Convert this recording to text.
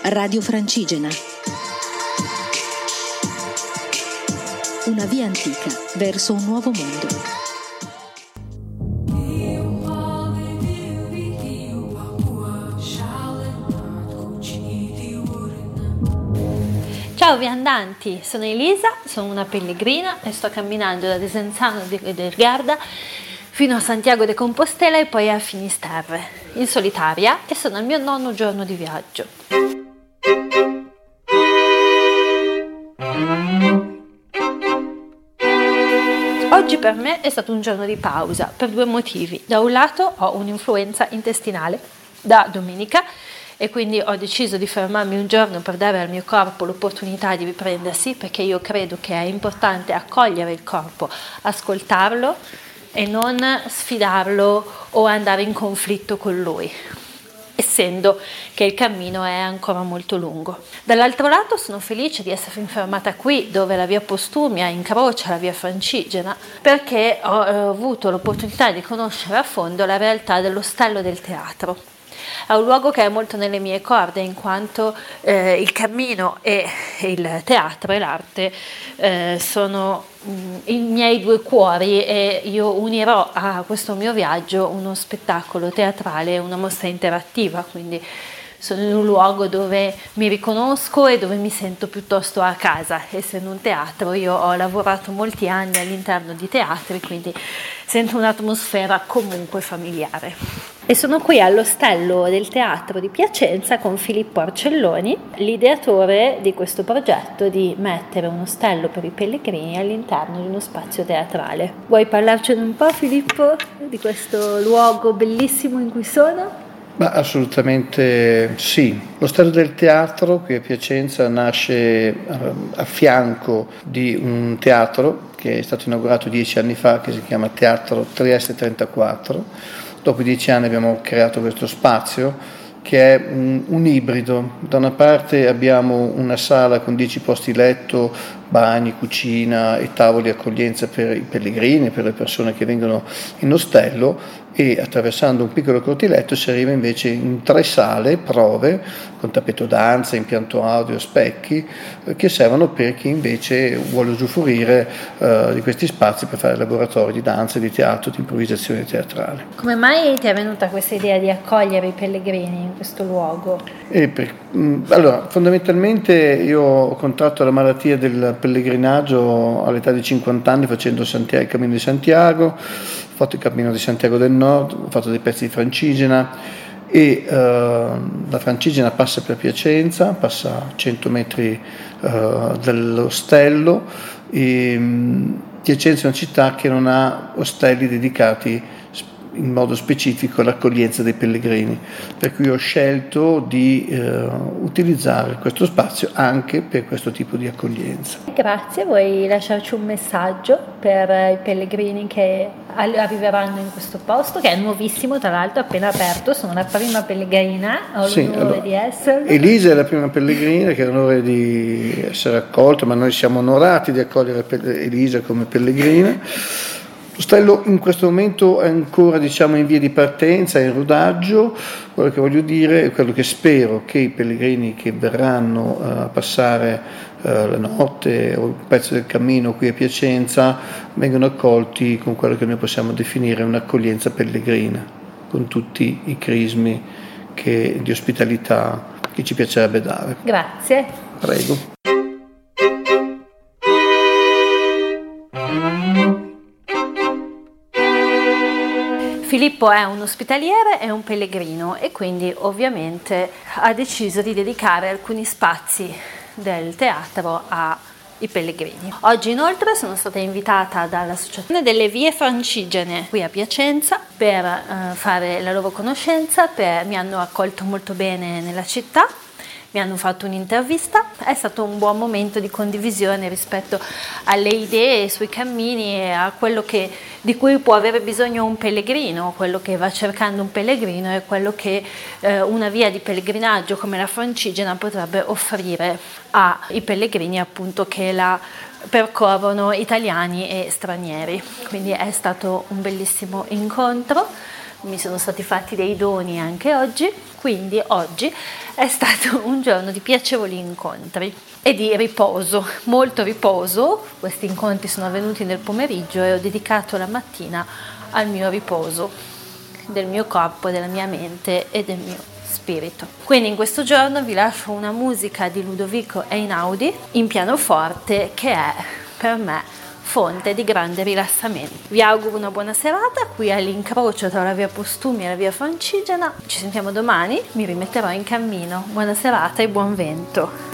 Radio Francigena. Una via antica verso un nuovo mondo. Ciao viandanti, sono Elisa, sono una pellegrina e sto camminando da Desenzano del Garda fino a Santiago de Compostela e poi a Finisterre, in solitaria, e sono al mio 9° giorno di viaggio. Oggi per me è stato un giorno di pausa per 2 motivi. Da un lato ho un'influenza intestinale da domenica e quindi ho deciso di fermarmi un giorno per dare al mio corpo l'opportunità di riprendersi, perché io credo che è importante accogliere il corpo, ascoltarlo e non sfidarlo o andare in conflitto con lui, essendo che il cammino è ancora molto lungo. Dall'altro lato sono felice di essere fermata qui, dove la via Postumia incrocia la via Francigena, perché ho avuto l'opportunità di conoscere a fondo la realtà dell'Ostello del Teatro. È un luogo che è molto nelle mie corde, in quanto il cammino e il teatro e l'arte sono i miei 2 cuori, e io unirò a questo mio viaggio uno spettacolo teatrale e una mostra interattiva, quindi sono in un luogo dove mi riconosco e dove mi sento piuttosto a casa. Essendo un teatro, io ho lavorato molti anni all'interno di teatri, quindi sento un'atmosfera comunque familiare. E sono qui all'Ostello del Teatro di Piacenza con Filippo Arcelloni, l'ideatore di questo progetto di mettere un ostello per i pellegrini all'interno di uno spazio teatrale. Vuoi parlarcene un po', Filippo, di questo luogo bellissimo in cui sono? Ma assolutamente sì. L'Ostello del Teatro qui a Piacenza nasce a fianco di un teatro che è stato inaugurato 10 anni fa, che si chiama Teatro Trieste 34. Dopo 10 anni abbiamo creato questo spazio che è un ibrido. Da una parte abbiamo una sala con 10 posti letto, bagni, cucina e tavoli accoglienza per i pellegrini, per le persone che vengono in ostello, e attraversando un piccolo cortiletto si arriva invece in 3 sale prove con tappeto danza, impianto audio, specchi che servono per chi invece vuole usufruire di questi spazi per fare laboratori di danza, di teatro, di improvvisazione teatrale. Come mai ti è venuta questa idea di accogliere i pellegrini in questo luogo? Allora, fondamentalmente io ho contratto la malattia del pellegrinaggio all'età di 50 anni facendo il Cammino di Santiago, ho fatto il Cammino di Santiago del Nord, ho fatto dei pezzi di Francigena e la Francigena passa per Piacenza, passa a 100 metri dall'ostello, e Piacenza è una città che non ha ostelli dedicati in modo specifico all'accoglienza dei pellegrini, per cui ho scelto di utilizzare questo spazio anche per questo tipo di accoglienza. Grazie, vuoi lasciarci un messaggio per i pellegrini che arriveranno in questo posto, che è nuovissimo, tra l'altro appena aperto? Sono la prima pellegrina, ho l'onore di esserlo. Elisa è la prima pellegrina che ha l'onore di essere accolta, ma noi siamo onorati di accogliere Elisa come pellegrina. L'ostello in questo momento è ancora in via di partenza, è in rodaggio. Quello che voglio dire è quello che spero che i pellegrini che verranno a passare la notte o un pezzo del cammino qui a Piacenza vengano accolti con quello che noi possiamo definire un'accoglienza pellegrina, con tutti i crismi di ospitalità che ci piacerebbe dare. Grazie. Prego. Filippo è un ospitaliere e un pellegrino e quindi ovviamente ha deciso di dedicare alcuni spazi del teatro ai pellegrini. Oggi inoltre sono stata invitata dall'Associazione delle Vie Francigene qui a Piacenza per fare la loro conoscenza, mi hanno accolto molto bene nella città. Mi hanno fatto un'intervista, è stato un buon momento di condivisione rispetto alle idee sui cammini e a quello di cui può avere bisogno un pellegrino, quello che va cercando un pellegrino e quello che una via di pellegrinaggio come la Francigena potrebbe offrire ai pellegrini appunto che la percorrono, italiani e stranieri. Quindi è stato un bellissimo incontro. mi sono stati fatti dei doni anche oggi, quindi oggi è stato un giorno di piacevoli incontri e di riposo, molto riposo. Questi incontri sono avvenuti nel pomeriggio e ho dedicato la mattina al mio riposo del mio corpo, della mia mente e del mio spirito. Quindi in questo giorno vi lascio una musica di Ludovico Einaudi in pianoforte, che è per me fonte di grande rilassamento. Vi auguro una buona serata qui all'incrocio tra la via Postumi e la via Francigena. Ci sentiamo domani, mi rimetterò in cammino. Buona serata e buon vento.